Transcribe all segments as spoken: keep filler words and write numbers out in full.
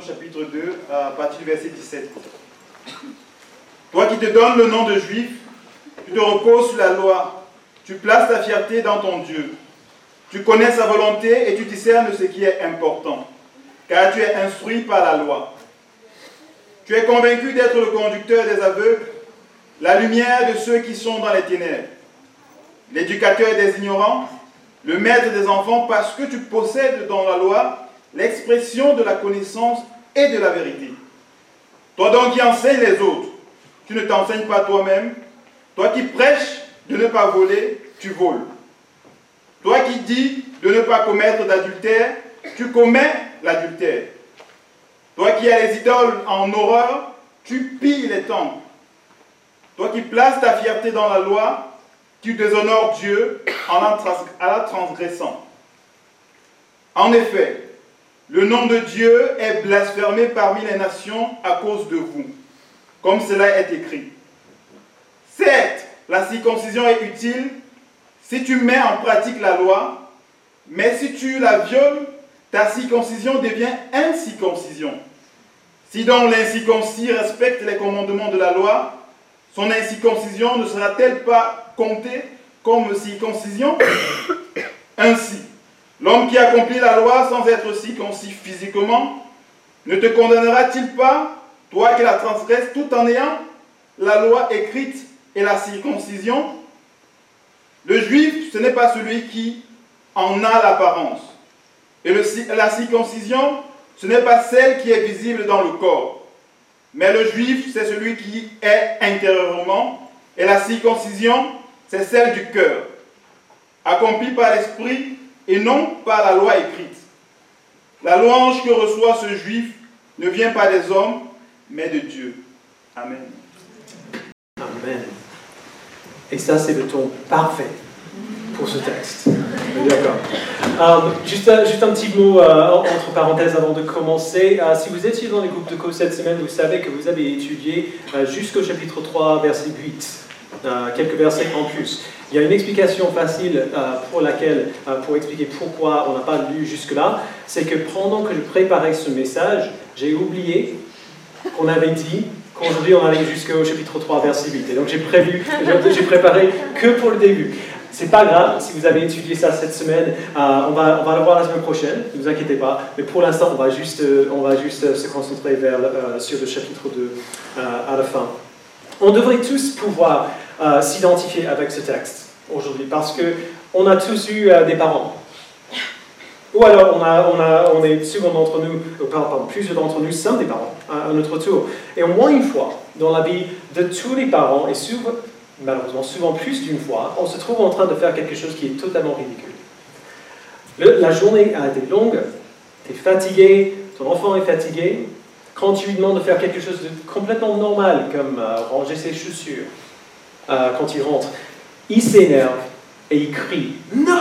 chapitre deux, à partir du verset dix-sept. Toi qui te donnes le nom de juif, tu te reposes sur la loi, tu places ta fierté dans ton Dieu. Tu connais sa volonté et tu discernes ce qui est important, car tu es instruit par la loi. Tu es convaincu d'être le conducteur des aveugles, la lumière de ceux qui sont dans les ténèbres, l'éducateur des ignorants, le maître des enfants, parce que tu possèdes dans la loi l'expression de la connaissance et de la vérité. Toi donc qui enseignes les autres, tu ne t'enseignes pas toi-même. Toi qui prêches de ne pas voler, tu voles. Toi qui dis de ne pas commettre d'adultère, tu commets l'adultère. Toi qui as les idoles en horreur, tu pilles les temples. Toi qui places ta fierté dans la loi, tu déshonores Dieu en la transgressant. En effet, le nom de Dieu est blasphémé parmi les nations à cause de vous, comme cela est écrit. Certes, la circoncision est utile si tu mets en pratique la loi, mais si tu la violes, ta circoncision devient incirconcision. Si donc l'incirconcis respecte les commandements de la loi, son incirconcision ne sera-t-elle pas comptée comme circoncision? Ainsi, l'homme qui accomplit la loi sans être circoncis physiquement, ne te condamnera-t-il pas, toi qui la transgresses, tout en ayant la loi écrite et la circoncision? Le juif, ce n'est pas celui qui en a l'apparence. Et le, la circoncision, ce n'est pas celle qui est visible dans le corps. Mais le juif, c'est celui qui est intérieurement. Et la circoncision, c'est celle du cœur, accomplie par l'esprit et non par la loi écrite. La louange que reçoit ce juif ne vient pas des hommes, mais de Dieu. Amen. Amen. Et ça, c'est le ton parfait pour ce texte. D'accord. Um, juste, un, juste un petit mot euh, entre parenthèses avant de commencer. Uh, si vous étiez dans les groupes de co cette semaine, vous savez que vous avez étudié uh, jusqu'au chapitre trois, verset huit. Uh, quelques versets en plus. Il y a une explication facile uh, pour laquelle, uh, pour expliquer pourquoi on n'a pas lu jusque-là. C'est que pendant que je préparais ce message, j'ai oublié qu'on avait dit qu'aujourd'hui on allait jusqu'au chapitre trois, verset huit. Et donc j'ai prévu, j'ai préparé que pour le début. C'est pas grave, si vous avez étudié ça cette semaine, euh, on, va, on va le voir la semaine prochaine, ne vous inquiétez pas. Mais pour l'instant, on va juste, euh, on va juste euh, se concentrer vers, euh, sur le chapitre deux euh, à la fin. On devrait tous pouvoir euh, s'identifier avec ce texte aujourd'hui, parce qu'on a tous eu euh, des parents. Ou alors, on, a, on, a, on est souvent d'entre nous, ou pardon, plusieurs d'entre nous sommes des parents à, à notre tour. Et au moins une fois, dans la vie de tous les parents, et souvent, malheureusement souvent plus d'une fois, on se trouve en train de faire quelque chose qui est totalement ridicule. Le, la journée a été longue, tu es fatigué, ton enfant est fatigué. Quand tu lui demandes de faire quelque chose de complètement normal, comme euh, ranger ses chaussures, euh, quand il rentre, il s'énerve et il crie « Non !»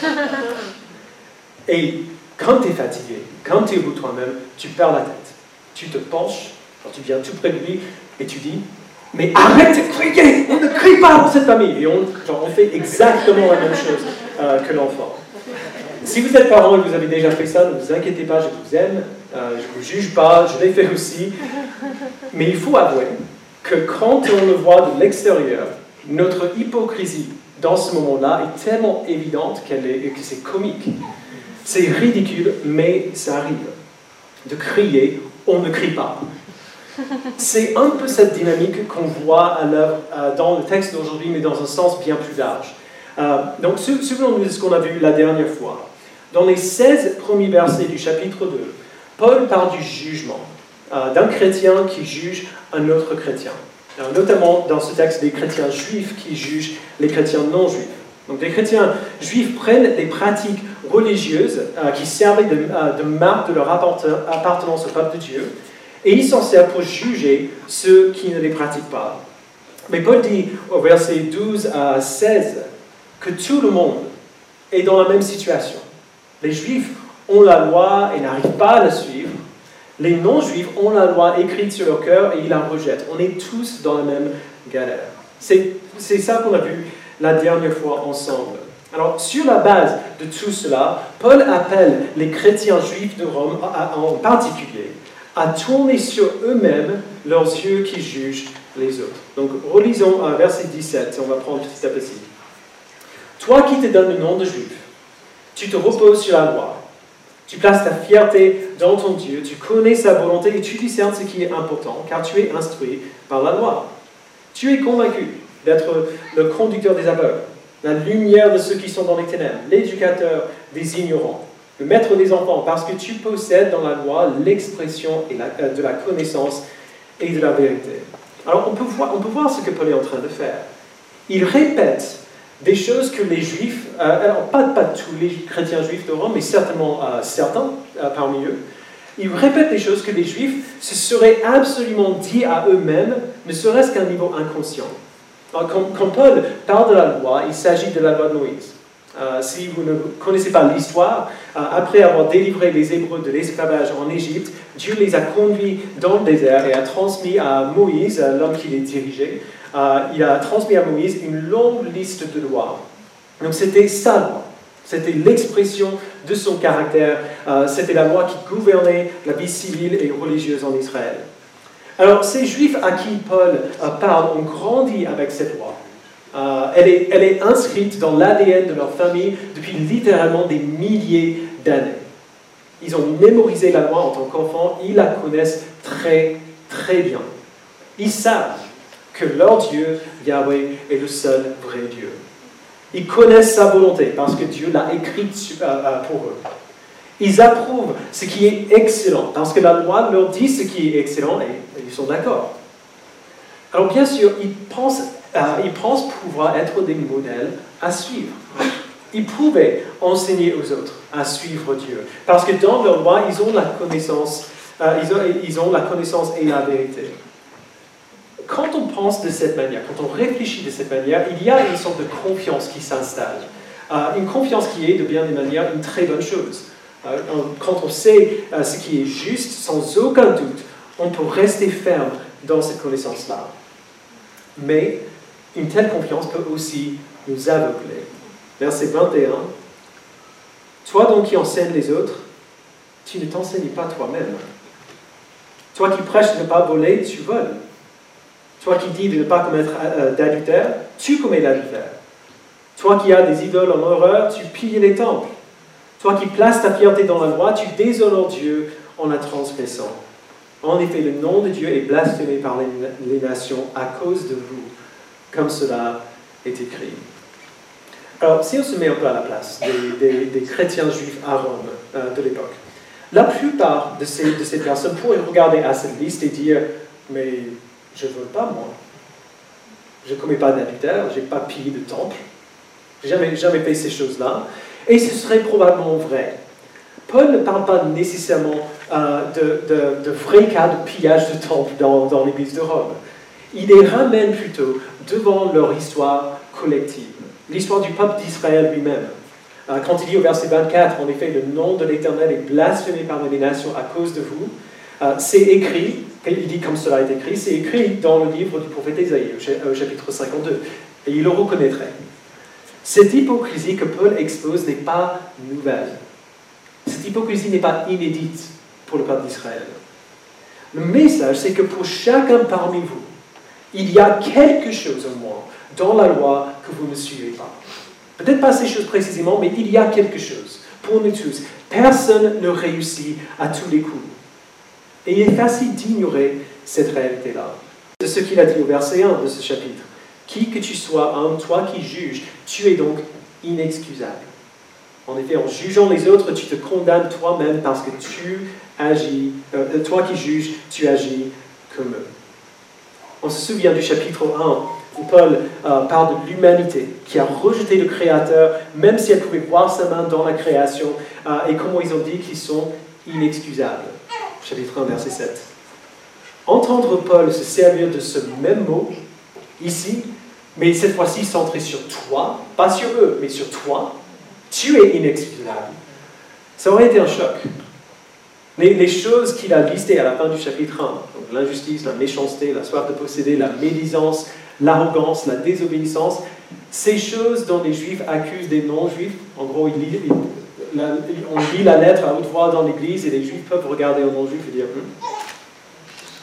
Et quand tu es fatigué, quand tu es au bout de toi-même, tu perds la tête. Tu te penches, quand tu viens tout près de lui, et tu dis « Mais arrête de crier! On ne crie pas dans cette famille !» Et on, genre, on fait exactement la même chose euh, que l'enfant. Si vous êtes parent et que vous avez déjà fait ça, ne vous inquiétez pas, je vous aime, euh, je ne vous juge pas, je l'ai fait aussi. Mais il faut avouer que quand on le voit de l'extérieur, notre hypocrisie dans ce moment-là est tellement évidente qu'elle est, que c'est comique. C'est ridicule, mais ça arrive. De crier, on ne crie pas. C'est un peu cette dynamique qu'on voit à l'œuvre euh, dans le texte d'aujourd'hui, mais dans un sens bien plus large. Euh, donc, souvenons-nous de ce qu'on a vu la dernière fois. Dans les seize premiers versets du chapitre deux, Paul parle du jugement, euh, d'un chrétien qui juge un autre chrétien. Alors, notamment dans ce texte, des chrétiens juifs qui jugent les chrétiens non juifs. Donc les chrétiens juifs prennent des pratiques religieuses euh, qui servaient de, euh, de marque de leur appartenance au peuple de Dieu, et ils s'en servent pour juger ceux qui ne les pratiquent pas. Mais Paul dit au verset douze à seize que tout le monde est dans la même situation. Les juifs ont la loi et n'arrivent pas à la suivre. Les non-juifs ont la loi écrite sur leur cœur et ils la rejettent. On est tous dans la même galère. C'est, c'est ça qu'on a vu la dernière fois ensemble. Alors, sur la base de tout cela, Paul appelle les chrétiens juifs de Rome, en particulier, à tourner sur eux-mêmes leurs yeux qui jugent les autres. Donc, relisons euh, verset dix-sept, on va prendre petit à petit. Toi qui te donnes le nom de juif, tu te reposes sur la loi. Tu places ta fierté dans ton Dieu, tu connais sa volonté et tu discernes ce qui est important, car tu es instruit par la loi. Tu es convaincu d'être le conducteur des aveugles, la lumière de ceux qui sont dans les ténèbres, l'éducateur des ignorants, le maître des enfants, parce que tu possèdes dans la loi l'expression et la, de la connaissance et de la vérité. Alors on peut, voir, on peut voir ce que Paul est en train de faire. Il répète des choses que les Juifs, euh, alors pas, pas tous les chrétiens juifs de Rome, mais certainement euh, certains euh, parmi eux, ils répètent des choses que les Juifs se seraient absolument dit à eux-mêmes, ne serait-ce qu'à un niveau inconscient. Alors, quand, quand Paul parle de la loi, il s'agit de la loi de Moïse. Euh, si vous ne connaissez pas l'histoire, euh, après avoir délivré les Hébreux de l'esclavage en Égypte, Dieu les a conduits dans le désert et a transmis à Moïse, l'homme qui les dirigeait, euh, il a transmis à Moïse une longue liste de lois. Donc c'était sa loi, c'était l'expression de son caractère, euh, c'était la loi qui gouvernait la vie civile et religieuse en Israël. Alors ces Juifs à qui Paul euh, parle ont grandi avec cette loi. Euh, elle, est, elle est inscrite dans l'A D N de leur famille depuis littéralement des milliers d'années. Ils ont mémorisé la loi en tant qu'enfants, ils la connaissent très, très bien. Ils savent que leur Dieu, Yahweh, est le seul vrai Dieu. Ils connaissent sa volonté parce que Dieu l'a écrite pour eux. Ils approuvent ce qui est excellent parce que la loi leur dit ce qui est excellent et ils sont d'accord. Alors bien sûr, ils pensent, euh, ils pensent pouvoir être des modèles à suivre. Ils pouvaient enseigner aux autres à suivre Dieu parce que dans leur loi, ils ont la connaissance, euh, ils, ont, ils ont la connaissance et la vérité. Quand on pense de cette manière, quand on réfléchit de cette manière, il y a une sorte de confiance qui s'installe. Euh, une confiance qui est, de bien des manières, une très bonne chose. Euh, quand on sait euh, ce qui est juste, sans aucun doute, on peut rester ferme dans cette connaissance-là. Mais une telle confiance peut aussi nous aveugler. Verset vingt et un. Toi donc qui enseignes les autres, tu ne t'enseignes pas toi-même. Toi qui prêches de ne pas voler, tu voles. Toi qui dis de ne pas commettre euh, d'adultère, tu commets l'adultère. Toi qui as des idoles en horreur, tu pilles les temples. Toi qui places ta fierté dans la loi, tu déshonores Dieu en la transgressant. En effet, le nom de Dieu est blasphémé par les, les nations à cause de vous, comme cela est écrit. Alors, si on se met un peu à la place des, des, des chrétiens juifs à Rome euh, de l'époque, la plupart de ces, de ces personnes pourraient regarder à cette liste et dire « mais je ne vole pas, moi. Je ne commets pas d'adultère, je n'ai pas pillé de temple, je n'ai jamais, jamais fait ces choses-là. » Et ce serait probablement vrai. Paul ne parle pas nécessairement euh, de, de, de vrais cas de pillage de temple dans, dans l'église de Rome. Il les ramène plutôt devant leur histoire collective, l'histoire du peuple d'Israël lui-même. Euh, quand il dit au verset vingt-quatre, en effet, le nom de l'Éternel est blasphémé par les nations à cause de vous, euh, c'est écrit, il dit comme cela est écrit, c'est écrit dans le livre du prophète Ésaïe, au chapitre cinquante-deux, et il le reconnaîtrait. Cette hypocrisie que Paul expose n'est pas nouvelle. Cette hypocrisie n'est pas inédite pour le peuple d'Israël. Le message, c'est que pour chacun parmi vous, il y a quelque chose au moins dans la loi que vous ne suivez pas. Peut-être pas ces choses précisément, mais il y a quelque chose pour nous tous. Personne ne réussit à tous les coups. Et il est facile d'ignorer cette réalité-là. C'est ce qu'il a dit au verset un de ce chapitre. Qui que tu sois, homme, toi qui juges, tu es donc inexcusable. En effet, en jugeant les autres, tu te condamnes toi-même parce que tu agis, euh, toi qui juges, tu agis comme eux. On se souvient du chapitre un, où Paul euh, parle de l'humanité qui a rejeté le Créateur, même si elle pouvait voir sa main dans la création, euh, et comment ils ont dit qu'ils sont inexcusables. Chapitre un, verset sept. Entendre Paul se servir de ce même mot, ici, mais cette fois-ci centré sur toi, pas sur eux, mais sur toi, tu es inexcusable. Ça aurait été un choc. Les, les choses qu'il a listées à la fin du chapitre un, donc l'injustice, la méchanceté, la soif de posséder, la médisance, l'arrogance, la désobéissance, ces choses dont les Juifs accusent des non-Juifs, en gros, ils lisent, ils, la, on lit la lettre à haute voix dans l'église et les Juifs peuvent regarder aux non-Juifs et dire hm,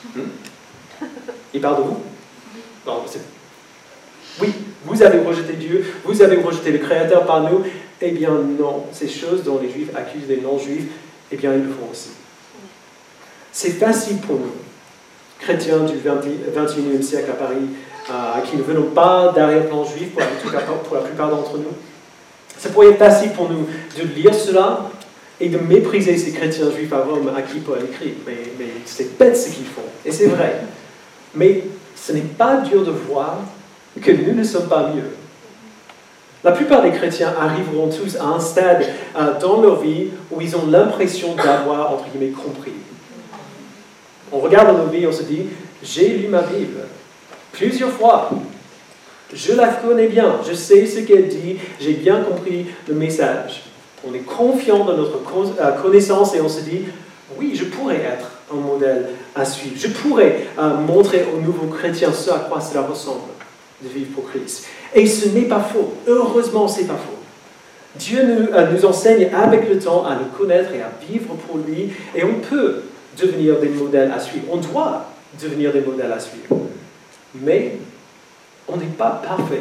Hmm? Il parle de vous? Non, c'est... Oui, vous avez rejeté Dieu, vous avez rejeté le Créateur par nous. Eh bien non, ces choses dont les Juifs accusent les non-Juifs, eh bien ils le font aussi. C'est facile pour nous, chrétiens du vingt et unième siècle à Paris, euh, qui ne venons pas d'arrière-plan juif, pour la, pour la plupart d'entre nous. Ça pourrait être facile pour nous de lire cela et de mépriser ces chrétiens juifs à Rome à qui Paul écrit. Mais, mais c'est bête ce qu'ils font, et c'est vrai. Mais ce n'est pas dur de voir que nous ne sommes pas mieux. La plupart des chrétiens arriveront tous à un stade euh, dans leur vie où ils ont l'impression d'avoir, entre guillemets, compris. On regarde nos vies et on se dit, j'ai lu ma Bible plusieurs fois. Je la connais bien, je sais ce qu'elle dit, j'ai bien compris le message. On est confiant dans notre connaissance et on se dit, oui, je pourrais être un modèle à suivre. Je pourrais euh, montrer aux nouveaux chrétiens ce à quoi cela ressemble de vivre pour Christ. Et ce n'est pas faux. Heureusement, ce n'est pas faux. Dieu nous, euh, nous enseigne avec le temps à le connaître et à vivre pour lui. Et on peut devenir des modèles à suivre. On doit devenir des modèles à suivre. Mais on n'est pas parfait.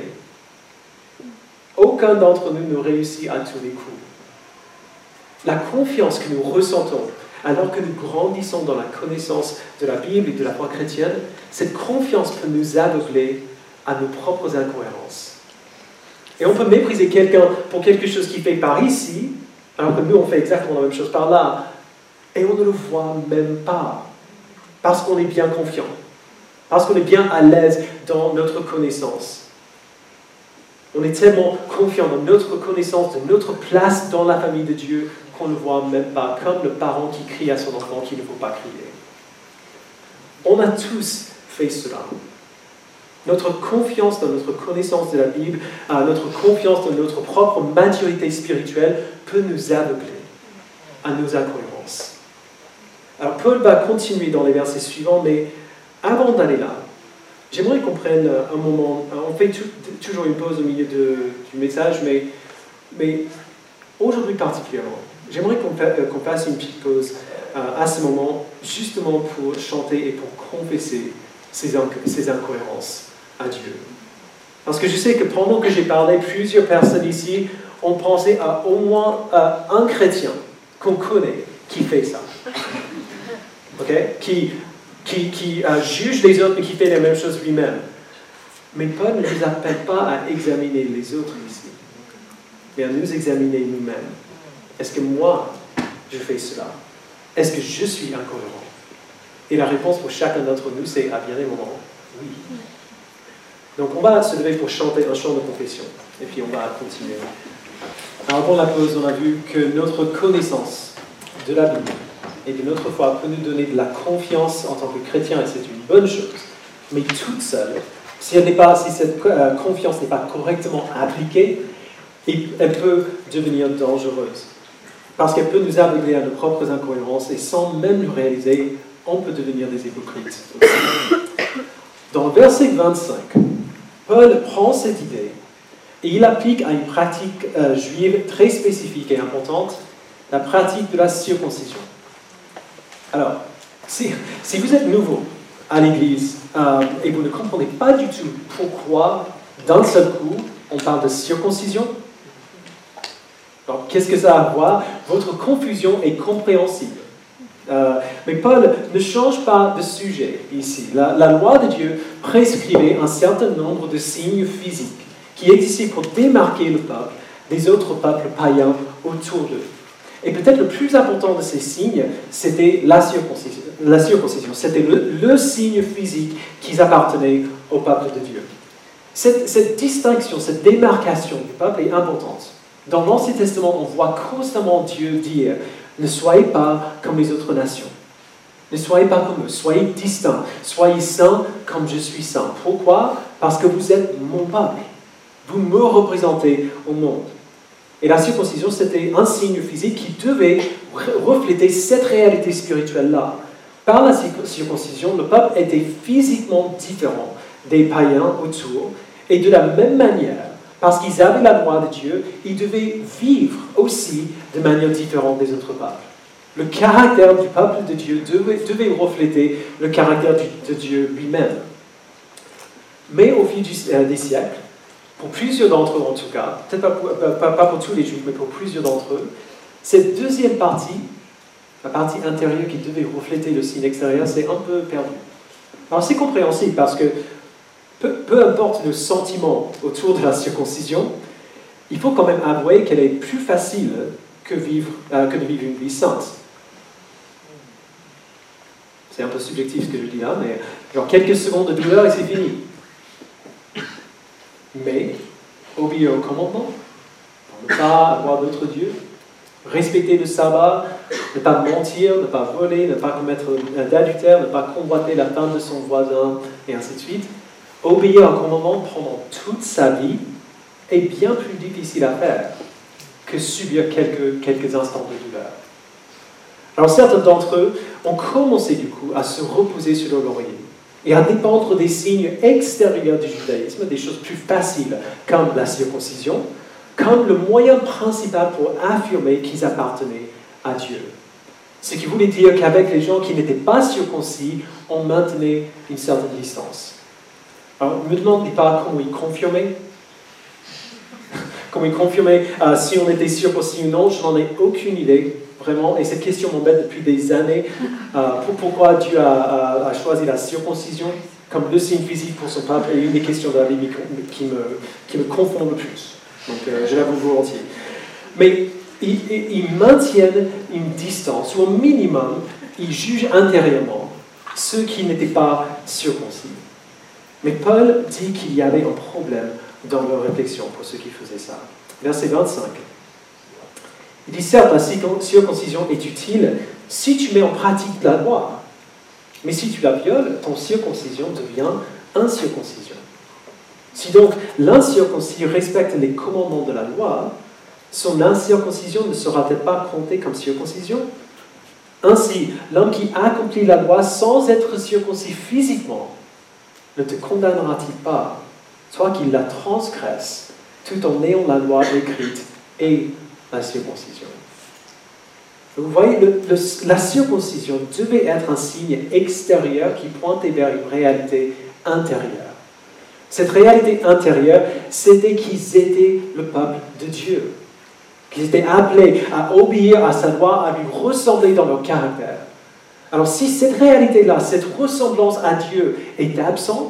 Aucun d'entre nous ne réussit à tous les coups. La confiance que nous ressentons alors que nous grandissons dans la connaissance de la Bible et de la foi chrétienne, cette confiance peut nous aveugler à nos propres incohérences. Et on peut mépriser quelqu'un pour quelque chose qu'il fait par ici, alors que nous on fait exactement la même chose par là, et on ne le voit même pas, parce qu'on est bien confiant, parce qu'on est bien à l'aise dans notre connaissance. On est tellement confiant dans notre connaissance, de notre place dans la famille de Dieu, qu'on ne voit même pas, comme le parent qui crie à son enfant qu'il ne faut pas crier. On a tous fait cela. Notre confiance dans notre connaissance de la Bible, notre confiance dans notre propre maturité spirituelle peut nous aveugler à nos incohérences. Alors Paul va continuer dans les versets suivants, mais avant d'aller là, j'aimerais qu'on prenne un moment, on fait tout, toujours une pause au milieu de, du message, mais, mais aujourd'hui particulièrement, j'aimerais qu'on, fa, qu'on fasse une petite pause euh, à ce moment, justement pour chanter et pour confesser ces, ces incohérences à Dieu. Parce que je sais que pendant que j'ai parlé, plusieurs personnes ici ont pensé à au moins à un chrétien qu'on connaît qui fait ça. Okay? Qui, qui, qui euh, juge les autres et qui fait la même chose lui-même. Mais Paul ne nous appelle pas à examiner les autres ici, mais à nous examiner nous-mêmes. Est-ce que moi, je fais cela? Est-ce que je suis incohérent? Et la réponse pour chacun d'entre nous, c'est à bien des moments, oui. Donc on va se lever pour chanter un chant de confession, et puis on va continuer. Alors avant la pause, on a vu que notre connaissance de la Bible et de notre foi peut nous donner de la confiance en tant que chrétien, et c'est une bonne chose. Mais toute seule, si, elle n'est pas, si cette euh, confiance n'est pas correctement appliquée, elle peut devenir dangereuse. Parce qu'elle peut nous aveugler à nos propres incohérences, et sans même le réaliser, on peut devenir des hypocrites. Dans le verset vingt-cinq, Paul prend cette idée et il applique à une pratique euh, juive très spécifique et importante, la pratique de la circoncision. Alors, si, si vous êtes nouveau à l'église euh, et vous ne comprenez pas du tout pourquoi, d'un seul coup, on parle de circoncision, alors qu'est-ce que ça a à voir? Votre confusion est compréhensible. Euh, mais Paul ne change pas de sujet ici. La, la loi de Dieu prescrivait un certain nombre de signes physiques qui existaient pour démarquer le peuple des autres peuples païens autour d'eux. Et peut-être le plus important de ces signes, c'était la circoncision. La circoncision. C'était le, le signe physique qui appartenait au peuple de Dieu. Cette, cette distinction, cette démarcation du peuple est importante. Dans l'Ancien Testament, on voit constamment Dieu dire « Ne soyez pas comme les autres nations. Ne soyez pas comme eux. Soyez distincts. Soyez saints comme je suis saint. » Pourquoi? Parce que vous êtes mon peuple. Vous me représentez au monde. Et la circoncision, c'était un signe physique qui devait refléter cette réalité spirituelle-là. Par la circoncision, le peuple était physiquement différent des païens autour, et de la même manière, parce qu'ils avaient la loi de Dieu, ils devaient vivre aussi de manière différente des autres peuples. Le caractère du peuple de Dieu devait, devait refléter le caractère du, de Dieu lui-même. Mais au fil du, euh, des siècles, pour plusieurs d'entre eux en tout cas, peut-être pas pour, pas, pas pour tous les Juifs, mais pour plusieurs d'entre eux, cette deuxième partie, la partie intérieure qui devait refléter le signe extérieur, c'est un peu perdu. Alors c'est compréhensible parce que peu, peu importe le sentiment autour de la circoncision, il faut quand même avouer qu'elle est plus facile que, vivre, euh, que de vivre une vie sainte. C'est un peu subjectif ce que je dis là, mais genre quelques secondes de douleur et c'est fini. Mais obéir au commandement, ne pas avoir d'autres dieux, respecter le sabbat, ne pas mentir, ne pas voler, ne pas commettre d'adultère, ne pas convoiter la femme de son voisin, et ainsi de suite. Obéir à un commandement pendant toute sa vie est bien plus difficile à faire que subir quelques, quelques instants de douleur. Alors certains d'entre eux ont commencé du coup à se reposer sur leur laurier et à dépendre des signes extérieurs du judaïsme, des choses plus faciles comme la circoncision, comme le moyen principal pour affirmer qu'ils appartenaient à Dieu. Ce qui voulait dire qu'avec les gens qui n'étaient pas circoncis, on maintenait une certaine distance. Alors, ne me demandez pas comment ils confirmaient. Comment ils confirmaient euh, si on était circoncis ou non, je n'en ai aucune idée, vraiment. Et cette question m'embête depuis des années. Euh, pour, pourquoi Dieu a, a, a choisi la circoncision comme le signe physique pour son peuple est une des questions de la Bible qui me, qui me confond le plus. Donc, euh, je l'avoue volontiers. Mais ils, ils maintiennent une distance, ou au minimum, ils jugent intérieurement ceux qui n'étaient pas circoncis. Mais Paul dit qu'il y avait un problème dans leur réflexion pour ceux qui faisaient ça. Verset vingt-cinq. Il dit, certes, la circoncision est utile si tu mets en pratique la loi. Mais si tu la violes, ton circoncision devient incirconcision. Si donc l'incirconcis respecte les commandements de la loi, son incirconcision ne sera-t-elle pas comptée comme circoncision? Ainsi, l'homme qui accomplit la loi sans être circoncis physiquement ne te condamnera-t-il pas, toi qui la transgresses, tout en ayant la loi écrite et la circoncision? Vous voyez, le, le, la circoncision devait être un signe extérieur qui pointait vers une réalité intérieure. Cette réalité intérieure, c'était qu'ils étaient le peuple de Dieu, qu'ils étaient appelés à obéir à sa loi, à lui ressembler dans leur caractère. Alors si cette réalité-là, cette ressemblance à Dieu est absente,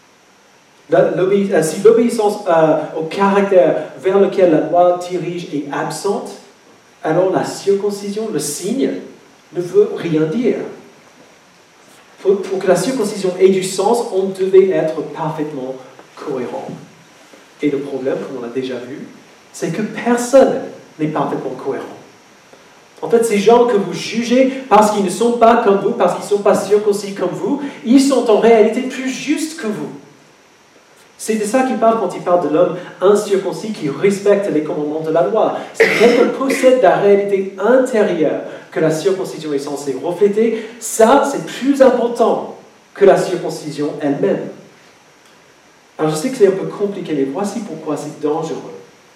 si l'obéissance euh, au caractère vers lequel la loi dirige est absente, alors la circoncision, le signe, ne veut rien dire. Pour, pour que la circoncision ait du sens, on devait être parfaitement cohérent. Et le problème, comme on l'a déjà vu, c'est que personne n'est parfaitement cohérent. En fait, ces gens que vous jugez parce qu'ils ne sont pas comme vous, parce qu'ils ne sont pas circoncis comme vous, ils sont en réalité plus justes que vous. C'est de ça qu'il parle quand il parle de l'homme incirconcis qui respecte les commandements de la loi. Si quelqu'un possède la réalité intérieure que la circoncision est censée refléter, ça, c'est plus important que la circoncision elle-même. Alors, je sais que c'est un peu compliqué, mais voici pourquoi c'est dangereux.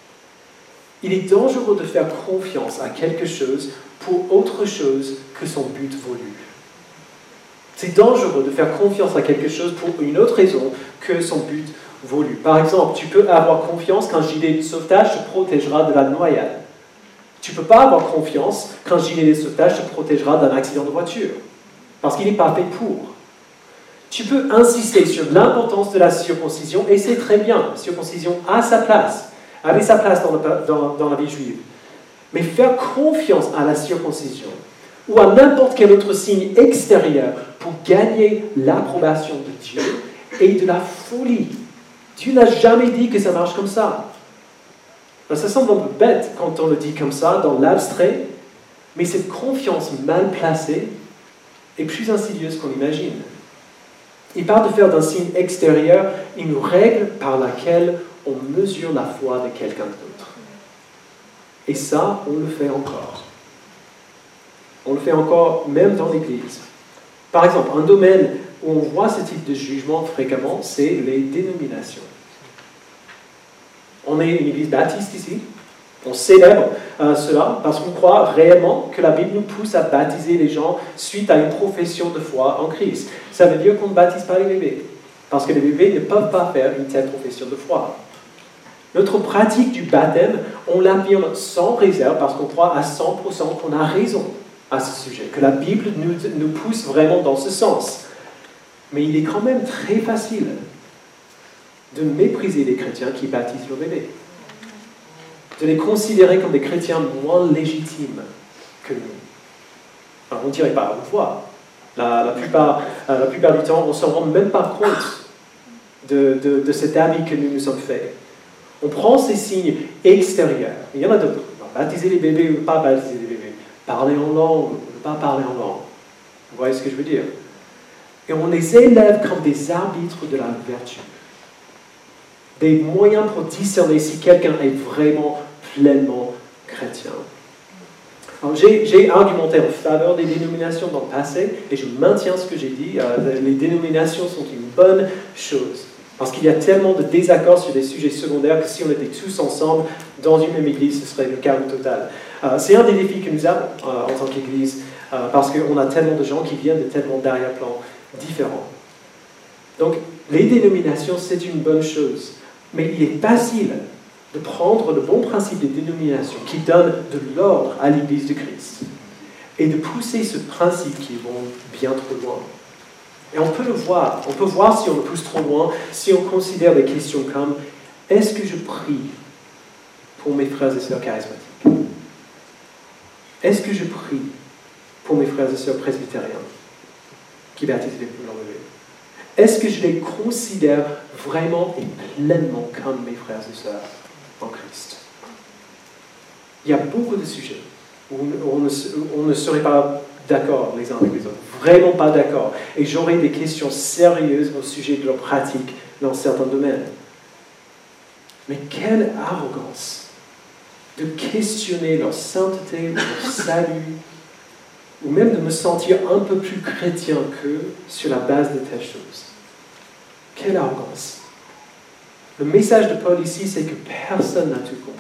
Il est dangereux de faire confiance à quelque chose pour autre chose que son but voulu. C'est dangereux de faire confiance à quelque chose pour une autre raison que son but voulu. Par exemple, tu peux avoir confiance qu'un gilet de sauvetage te protégera de la noyade. Tu ne peux pas avoir confiance qu'un gilet de sauvetage te protégera d'un accident de voiture, parce qu'il n'est pas fait pour. Tu peux insister sur l'importance de la circoncision, et c'est très bien, la circoncision a sa place, avait sa place dans, le, dans, dans la vie juive. Mais faire confiance à la circoncision, ou à n'importe quel autre signe extérieur pour gagner l'approbation de Dieu, est de la folie. Dieu n'a jamais dit que ça marche comme ça. Alors, ça semble un peu bête quand on le dit comme ça, dans l'abstrait, mais cette confiance mal placée est plus insidieuse qu'on imagine. Il parle de faire d'un signe extérieur une règle par laquelle on mesure la foi de quelqu'un d'autre. Et ça, on le fait encore. On le fait encore même dans l'Église. Par exemple, un domaine où on voit ce type de jugement fréquemment, c'est les dénominations. On est une église baptiste ici, on célèbre euh, cela parce qu'on croit réellement que la Bible nous pousse à baptiser les gens suite à une profession de foi en Christ. Ça veut dire qu'on ne baptise pas les bébés, parce que les bébés ne peuvent pas faire une telle profession de foi. Notre pratique du baptême, on l'affirme sans réserve parce qu'on croit à cent pour cent qu'on a raison à ce sujet, que la Bible nous, nous pousse vraiment dans ce sens. Mais il est quand même très facile de mépriser les chrétiens qui baptisent leurs bébés, de les considérer comme des chrétiens moins légitimes que nous. Alors, on ne dirait pas, on voit. La, la, plupart, euh, la plupart du temps, on ne s'en rend même pas compte de, de, de cet habit que nous nous sommes faits. On prend ces signes extérieurs. Il y en a d'autres. Baptiser les bébés ou pas baptiser les bébés. Parler en langue ou ne pas parler en langue. Vous voyez ce que je veux dire? Et on les élève comme des arbitres de la vertu. Des moyens pour discerner si quelqu'un est vraiment pleinement chrétien. Alors, j'ai, j'ai argumenté en faveur des dénominations dans le passé, et je maintiens ce que j'ai dit. Euh, les dénominations sont une bonne chose. Parce qu'il y a tellement de désaccords sur des sujets secondaires que si on était tous ensemble dans une même église, ce serait le chaos total. Euh, c'est un des défis que nous avons euh, en tant qu'église, euh, parce qu'on a tellement de gens qui viennent de tellement d'arrière-plans différents. Donc, les dénominations, c'est une bonne chose. Mais il est facile de prendre le bon principe des dénominations qui donnent de l'ordre à l'Église de Christ et de pousser ce principe qui vont bien trop loin. Et on peut le voir. On peut voir si on le pousse trop loin, si on considère des questions comme « Est-ce que je prie pour mes frères et sœurs charismatiques? Est-ce que je prie pour mes frères et sœurs presbytériens qui baptisent leurs bébés? Est-ce que je les considère vraiment et pleinement comme mes frères et sœurs en Christ? » Il y a beaucoup de sujets où on ne, on ne serait pas d'accord les uns avec les autres, vraiment pas d'accord. Et j'aurais des questions sérieuses au sujet de leur pratique dans certains domaines. Mais quelle arrogance de questionner leur sainteté, leur salut, ou même de me sentir un peu plus chrétien qu'eux sur la base de telles choses. Quelle arrogance! Le message de Paul ici, c'est que personne n'a tout compris.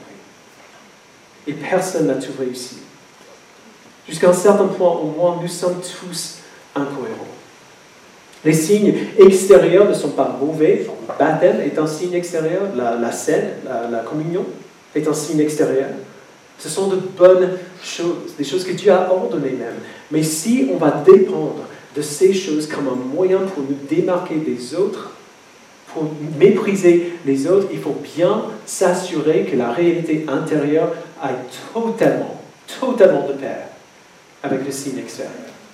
Et personne n'a tout réussi. Jusqu'à un certain point, au moins, nous sommes tous incohérents. Les signes extérieurs ne sont pas mauvais. Le baptême est un signe extérieur. La, la scène, la, la communion est un signe extérieur. Ce sont de bonnes choses, des choses que Dieu a ordonnées même. Mais si on va dépendre de ces choses comme un moyen pour nous démarquer des autres, pour mépriser les autres, il faut bien s'assurer que la réalité intérieure aille totalement, totalement de pair avec le signe extérieur.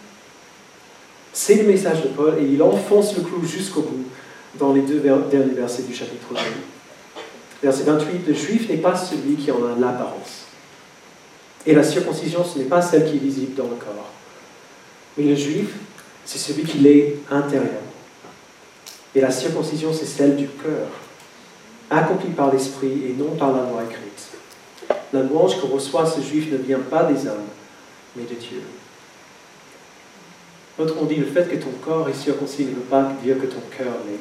C'est le message de Paul et il enfonce le clou jusqu'au bout dans les deux derniers versets du chapitre deux. Verset vingt-huit, le juif n'est pas celui qui en a l'apparence. Et la circoncision, ce n'est pas celle qui est visible dans le corps. Mais le juif, c'est celui qui l'est intérieurement. Et la circoncision, c'est celle du cœur, accomplie par l'esprit et non par la loi écrite. La louange que reçoit ce juif ne vient pas des hommes, mais de Dieu. Autrement dit, le fait que ton corps est circoncis ne veut pas dire que ton cœur l'est.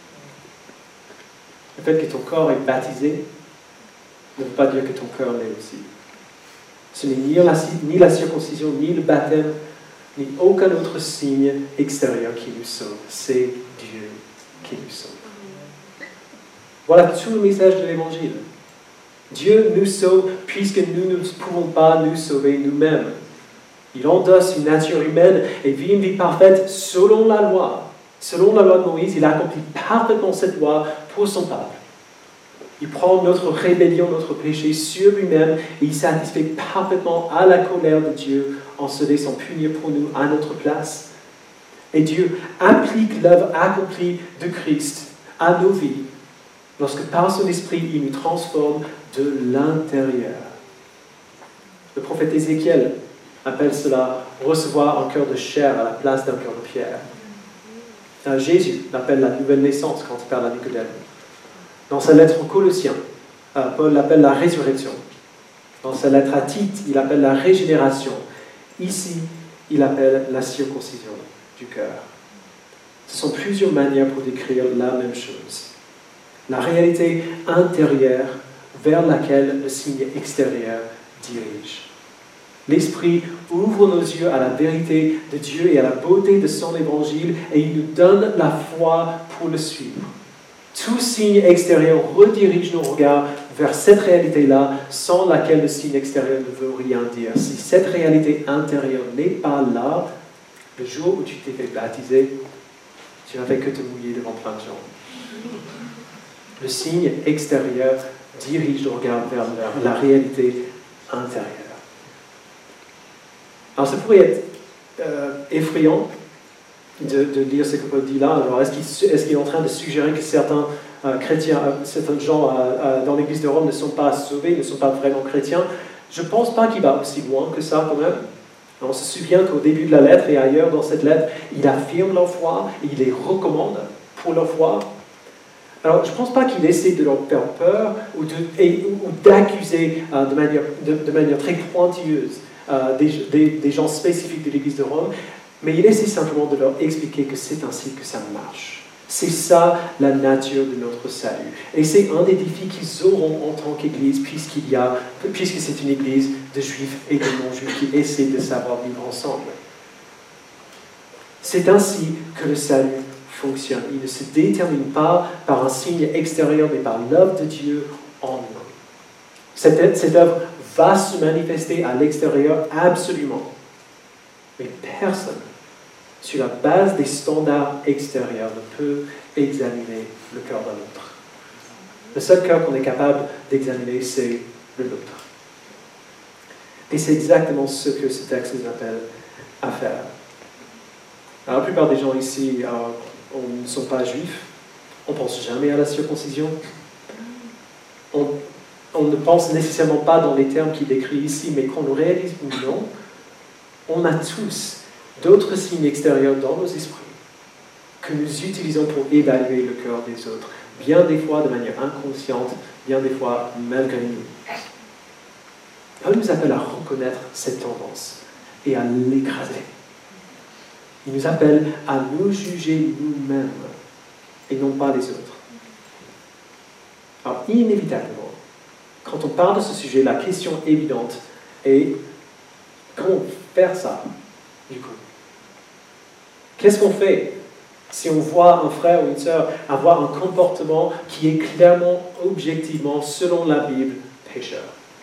Le fait que ton corps est baptisé ne veut pas dire que ton cœur l'est aussi. Ce n'est ni la, ni la circoncision, ni le baptême, ni aucun autre signe extérieur qui nous sauve. C'est Dieu qui nous sauve. Voilà tout le message de l'Évangile. Dieu nous sauve puisque nous ne pouvons pas nous sauver nous-mêmes. Il endosse une nature humaine et vit une vie parfaite selon la loi. Selon la loi de Moïse, il accomplit parfaitement cette loi pour son peuple. Il prend notre rébellion, notre péché sur lui-même et il satisfait parfaitement à la colère de Dieu en se laissant punir pour nous à notre place. Et Dieu applique l'œuvre accomplie de Christ à nos vies lorsque par son esprit, il nous transforme de l'intérieur. Le prophète Ézéchiel appelle cela recevoir un cœur de chair à la place d'un cœur de pierre. Jésus l'appelle la nouvelle naissance quand il parle à Nicodème. Dans sa lettre aux Colossiens, Paul l'appelle la résurrection. Dans sa lettre à Tite, il appelle la régénération. Ici, il appelle la circoncision du cœur. Ce sont plusieurs manières pour décrire la même chose. La réalité intérieure vers laquelle le signe extérieur dirige. L'Esprit ouvre nos yeux à la vérité de Dieu et à la beauté de son évangile et il nous donne la foi pour le suivre. Tout signe extérieur redirige nos regards vers cette réalité-là sans laquelle le signe extérieur ne veut rien dire. Si cette réalité intérieure n'est pas là, le jour où tu t'es fait baptiser, tu n'avais que te mouiller devant plein de gens. Le signe extérieur dirige nos regards vers la réalité intérieure. Alors, ça pourrait être euh, effrayant de, de lire ce que Paul dit là. Alors, est-ce qu'il, est-ce qu'il est en train de suggérer que certains euh, chrétiens, euh, certains gens euh, euh, dans l'Église de Rome ne sont pas sauvés, ne sont pas vraiment chrétiens? Je ne pense pas qu'il va aussi loin que ça, quand même. On se souvient qu'au début de la lettre et ailleurs dans cette lettre, il affirme leur foi et il les recommande pour leur foi. Alors, je ne pense pas qu'il essaie de leur faire peur ou, de, et, ou d'accuser euh, de, manière, de, de manière très pointilleuse euh, des, des, des gens spécifiques de l'Église de Rome, mais il essaie simplement de leur expliquer que c'est ainsi que ça marche. C'est ça la nature de notre salut. Et c'est un des défis qu'ils auront en tant qu'Église, puisqu'il y a, puisque c'est une Église de Juifs et de non-Juifs qui essaient de savoir vivre ensemble. C'est ainsi que le salut fonctionne. Il ne se détermine pas par un signe extérieur, mais par l'œuvre de Dieu en nous. Cette, cette œuvre va se manifester à l'extérieur absolument. Mais personne, sur la base des standards extérieurs, ne peut examiner le cœur d'un autre. Le seul cœur qu'on est capable d'examiner, c'est le nôtre. Et c'est exactement ce que ce texte nous appelle à faire. Alors, la plupart des gens ici, alors, on ne sont pas juifs, on ne pense jamais à la circoncision, on, on ne pense nécessairement pas dans les termes qu'il décrit ici, mais qu'on le réalise ou non, on a tous d'autres signes extérieurs dans nos esprits que nous utilisons pour évaluer le cœur des autres, bien des fois de manière inconsciente, bien des fois malgré nous. Paul nous appelle à reconnaître cette tendance et à l'écraser. Il nous appelle à nous juger nous-mêmes et non pas les autres. Alors, inévitablement, quand on parle de ce sujet, la question évidente est comment faire ça, du coup? Qu'est-ce qu'on fait si on voit un frère ou une sœur avoir un comportement qui est clairement, objectivement, selon la Bible, pécheur?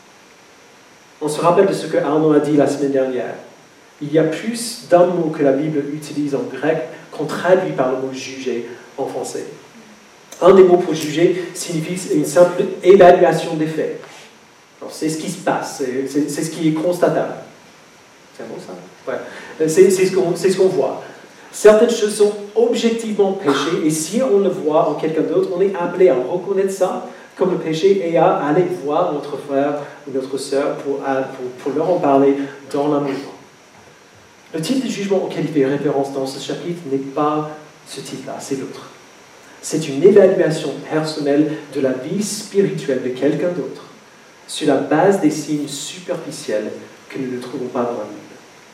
On se rappelle de ce que Arnaud a dit la semaine dernière. Il y a plus d'un mot que la Bible utilise en grec qu'on traduit par le mot « juger » en français. Un des mots pour juger signifie une simple évaluation des faits. Alors, c'est ce qui se passe, c'est, c'est, c'est ce qui est constatable. C'est bon ça? Ouais. C'est, c'est, ce qu'on, c'est ce qu'on voit. Certaines choses sont objectivement péchées et si on le voit en quelqu'un d'autre, on est appelé à reconnaître ça comme le péché et à aller voir notre frère ou notre sœur pour, pour, pour leur en parler dans l'amour. Le type de jugement auquel il fait référence dans ce chapitre n'est pas ce type-là, c'est l'autre. C'est une évaluation personnelle de la vie spirituelle de quelqu'un d'autre, sur la base des signes superficiels que nous ne trouvons pas dans la Bible.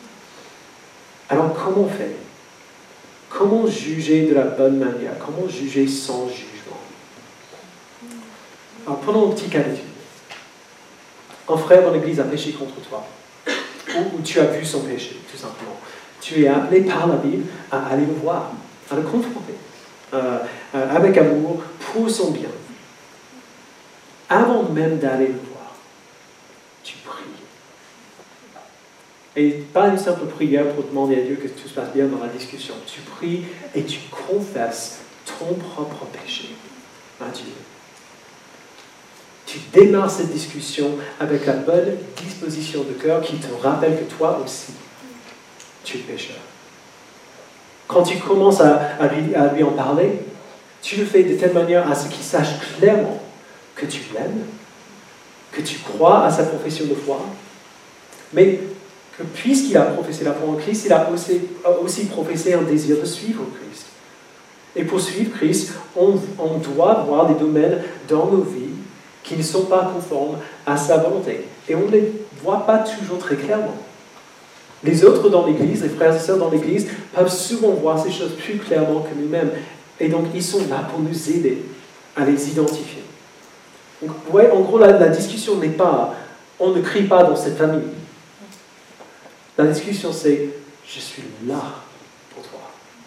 Alors comment faire? Comment juger de la bonne manière? Comment juger sans jugement? Alors prenons un petit cas d'étude. Un frère dans l'église a péché contre toi. Ou tu as vu son péché, tout simplement. Tu es appelé par la Bible à aller le voir, à le confronter, euh, euh, avec amour, pour son bien. Avant même d'aller le voir, tu pries. Et pas une simple prière pour demander à Dieu que tout se passe bien dans la discussion. Tu pries et tu confesses ton propre péché à Dieu. Tu démarres cette discussion avec la bonne disposition de cœur qui te rappelle que toi aussi, tu es pécheur. Quand tu commences à, à, lui, à lui en parler, tu le fais de telle manière à ce qu'il sache clairement que tu l'aimes, que tu crois à sa profession de foi, mais que puisqu'il a professé la foi en Christ, il a aussi, aussi professé un désir de suivre Christ. Et pour suivre Christ, on, on doit voir des domaines dans nos vies qui ne sont pas conformes à sa volonté. Et on ne les voit pas toujours très clairement. Les autres dans l'Église, les frères et sœurs dans l'Église, peuvent souvent voir ces choses plus clairement que nous-mêmes. Et donc, ils sont là pour nous aider à les identifier. Donc, ouais, en gros, la, la discussion n'est pas On ne crie pas dans cette famille. La discussion, c'est « je suis là pour toi ».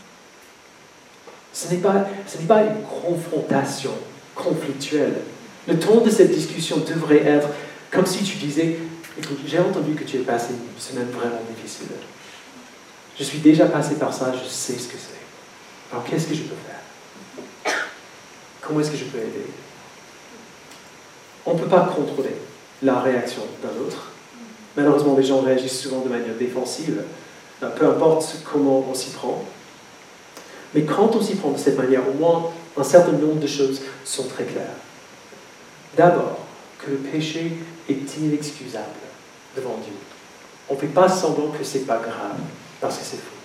Ce n'est pas, ce n'est pas une confrontation conflictuelle. Le ton de cette discussion devrait être comme si tu disais « écoute, j'ai entendu que tu as passé une semaine vraiment difficile. Je suis déjà passé par ça, je sais ce que c'est. Alors qu'est-ce que je peux faire? Comment est-ce que je peux aider ?» On ne peut pas contrôler la réaction d'un autre. Malheureusement, les gens réagissent souvent de manière défensive, peu importe comment on s'y prend. Mais quand on s'y prend de cette manière, au moins un certain nombre de choses sont très claires. D'abord, que le péché est inexcusable devant Dieu. On ne fait pas semblant que ce n'est pas grave, parce que c'est faux.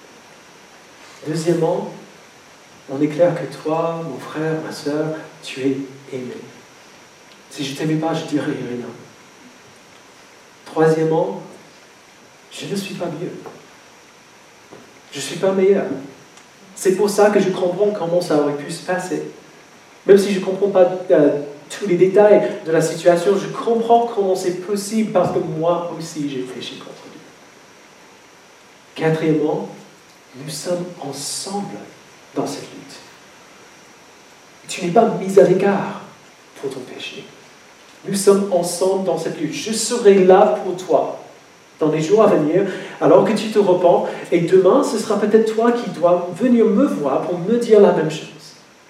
Deuxièmement, on est clair que toi, mon frère, ma sœur, tu es aimé. Si je ne t'aimais pas, je ne dirais rien. Troisièmement, je ne suis pas mieux. Je ne suis pas meilleur. C'est pour ça que je comprends comment ça aurait pu se passer. Même si je ne comprends pas euh, tous les détails de la situation, je comprends comment c'est possible parce que moi aussi j'ai péché contre Dieu. Quatrièmement, nous sommes ensemble dans cette lutte. Tu n'es pas mis à l'écart pour ton péché. Nous sommes ensemble dans cette lutte. Je serai là pour toi dans les jours à venir, alors que tu te repens, et demain, ce sera peut-être toi qui dois venir me voir pour me dire la même chose.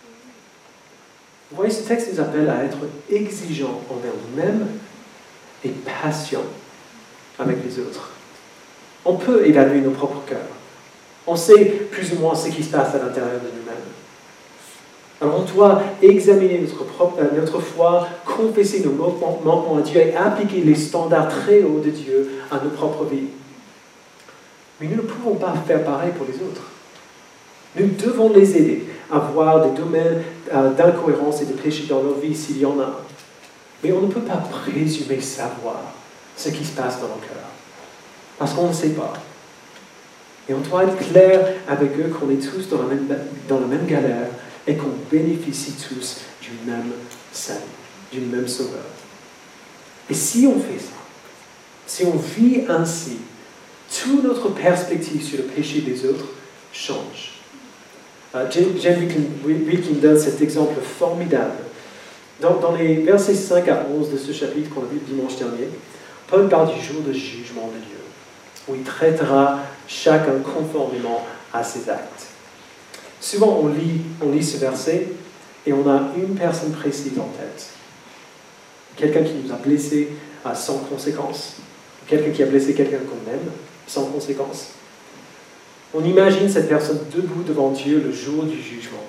Vous voyez, ce texte nous appelle à être exigeants envers nous-mêmes et patients avec les autres. On peut évaluer nos propres cœurs. On sait plus ou moins ce qui se passe à l'intérieur de nous-mêmes. Alors on doit examiner notre, propre, euh, notre foi, confesser nos manquements à Dieu et appliquer les standards très hauts de Dieu à nos propres vies. Mais nous ne pouvons pas faire pareil pour les autres. Nous devons les aider à voir des domaines euh, d'incohérence et de péché dans leur vie s'il y en a. Mais on ne peut pas présumer savoir ce qui se passe dans leur cœur. Parce qu'on ne sait pas. Et on doit être clair avec eux qu'on est tous dans la même, dans la même galère et qu'on bénéficie tous du même salut, du même sauveur. Et si on fait ça, si on vit ainsi, toute notre perspective sur le péché des autres change. Uh, J'aime Wilkin donne cet exemple formidable. Dans, dans les versets cinq à onze de ce chapitre qu'on a vu dimanche dernier, Paul parle du jour de jugement de Dieu, où il traitera chacun conformément à ses actes. Souvent, on lit, on lit ce verset et on a une personne précise en tête. Quelqu'un qui nous a blessés uh, sans conséquence. Quelqu'un qui a blessé quelqu'un qu'on aime sans conséquence. On imagine cette personne debout devant Dieu le jour du jugement.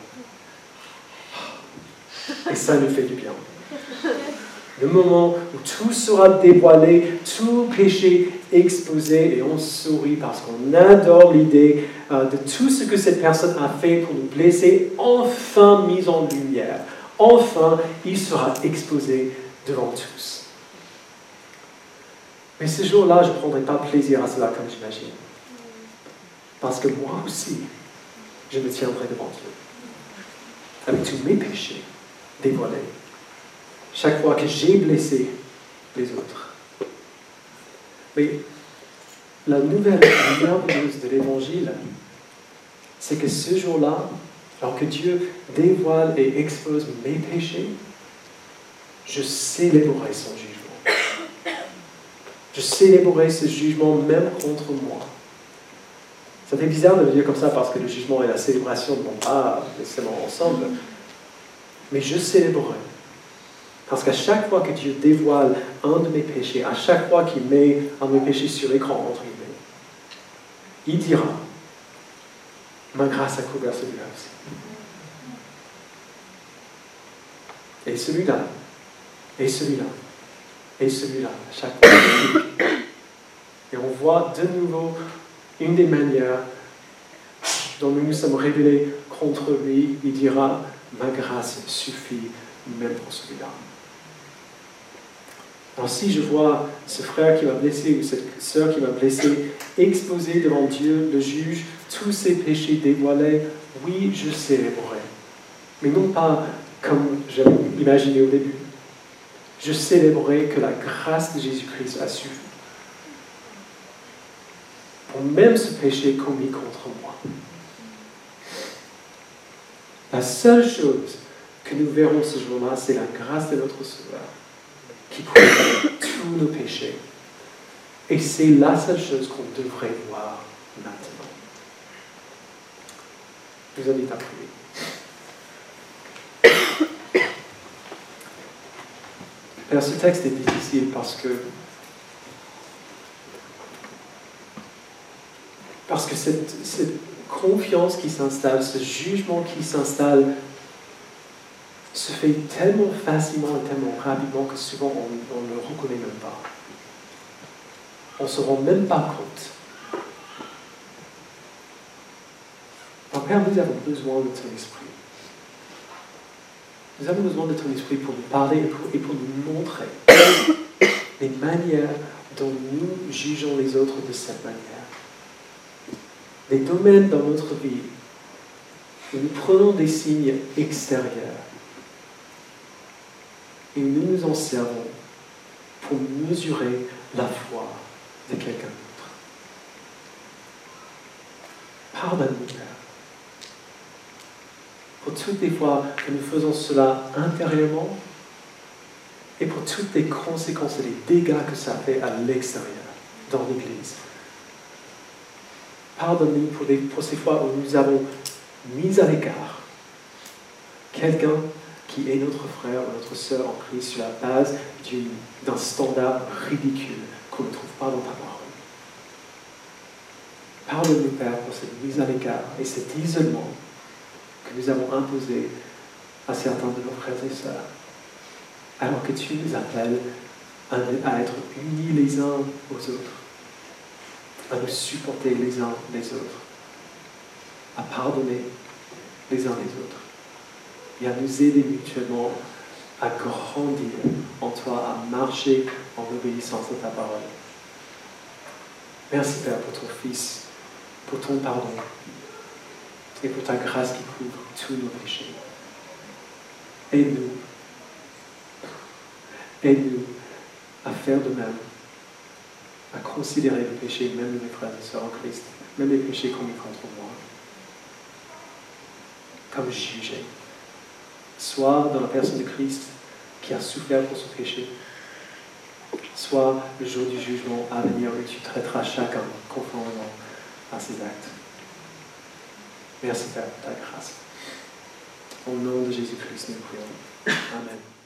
Et ça nous fait du bien. Le moment où tout sera dévoilé, tout péché exposé, et on sourit parce qu'on adore l'idée euh, de tout ce que cette personne a fait pour nous blesser, enfin mis en lumière. Enfin, il sera exposé devant tous. Mais ce jour-là, je ne prendrai pas plaisir à cela comme j'imagine. Parce que moi aussi, je me tiendrai devant Dieu. Avec tous mes péchés dévoilés. Chaque fois que j'ai blessé les autres. Mais la nouvelle merveilleuse de l'Évangile, c'est que ce jour-là, alors que Dieu dévoile et expose mes péchés, je célébrerai son jugement. Je célébrerai ce jugement même contre moi. Ça fait bizarre de le dire comme ça parce que le jugement et la célébration ne vont pas nécessairement ensemble. Mais je célébrerai. Parce qu'à chaque fois que Dieu dévoile un de mes péchés, à chaque fois qu'il met un de mes péchés sur l'écran, entre guillemets, il dira, ma grâce a couvert celui-là aussi. Et celui-là, et celui-là, et celui-là, à chaque fois. Et on voit de nouveau une des manières dont nous nous sommes révélés contre lui. Il dira, ma grâce suffit même pour celui-là. Alors si je vois ce frère qui m'a blessé ou cette sœur qui m'a blessé exposé devant Dieu, le juge, tous ses péchés dévoilés, oui, je célébrerai. Mais non pas comme j'avais imaginé au début. Je célébrerai que la grâce de Jésus-Christ a suffi pour même ce péché commis contre moi. La seule chose que nous verrons ce jour-là, c'est la grâce de notre Sauveur qui couvre tous nos péchés. Et c'est la seule chose qu'on devrait voir maintenant. Je vous invite à prier. Alors, ce texte est difficile parce que parce que cette, cette confiance qui s'installe, ce jugement qui s'installe, se fait tellement facilement et tellement rapidement que souvent on ne le reconnaît même pas. On ne se rend même pas compte. Alors, Père, nous avons besoin de ton esprit. Nous avons besoin de ton esprit pour nous parler et pour, et pour nous montrer les manières dont nous jugeons les autres de cette manière. Les domaines dans notre vie où nous prenons des signes extérieurs et nous nous en servons pour mesurer la foi de quelqu'un d'autre. Pardonne-nous, Père, pour toutes les fois que nous faisons cela intérieurement et pour toutes les conséquences et les dégâts que ça fait à l'extérieur, dans l'Église. Pardonne-nous pour, pour ces fois où nous avons mis à l'écart quelqu'un qui est notre frère ou notre sœur en Christ sur la base d'un standard ridicule qu'on ne trouve pas dans ta parole. Pardonne-nous, Père, pour cette mise à l'écart et cet isolement que nous avons imposé à certains de nos frères et sœurs, alors que tu nous appelles à, à être unis les uns aux autres, à nous supporter les uns les autres, à pardonner les uns les autres, et à nous aider mutuellement à grandir en toi, à marcher en obéissance à ta parole. Merci, Père, pour ton Fils, pour ton pardon, et pour ta grâce qui couvre tous nos péchés. Aide-nous, aide-nous à faire de même, à considérer le péché, même de mes frères et sœurs en Christ, même les péchés commis contre moi, comme jugés, soit dans la personne de Christ qui a souffert pour son péché, soit le jour du jugement à venir où tu traiteras chacun conformément à ses actes. Merci, Père, pour ta grâce. Au nom de Jésus-Christ, nous prions. Amen.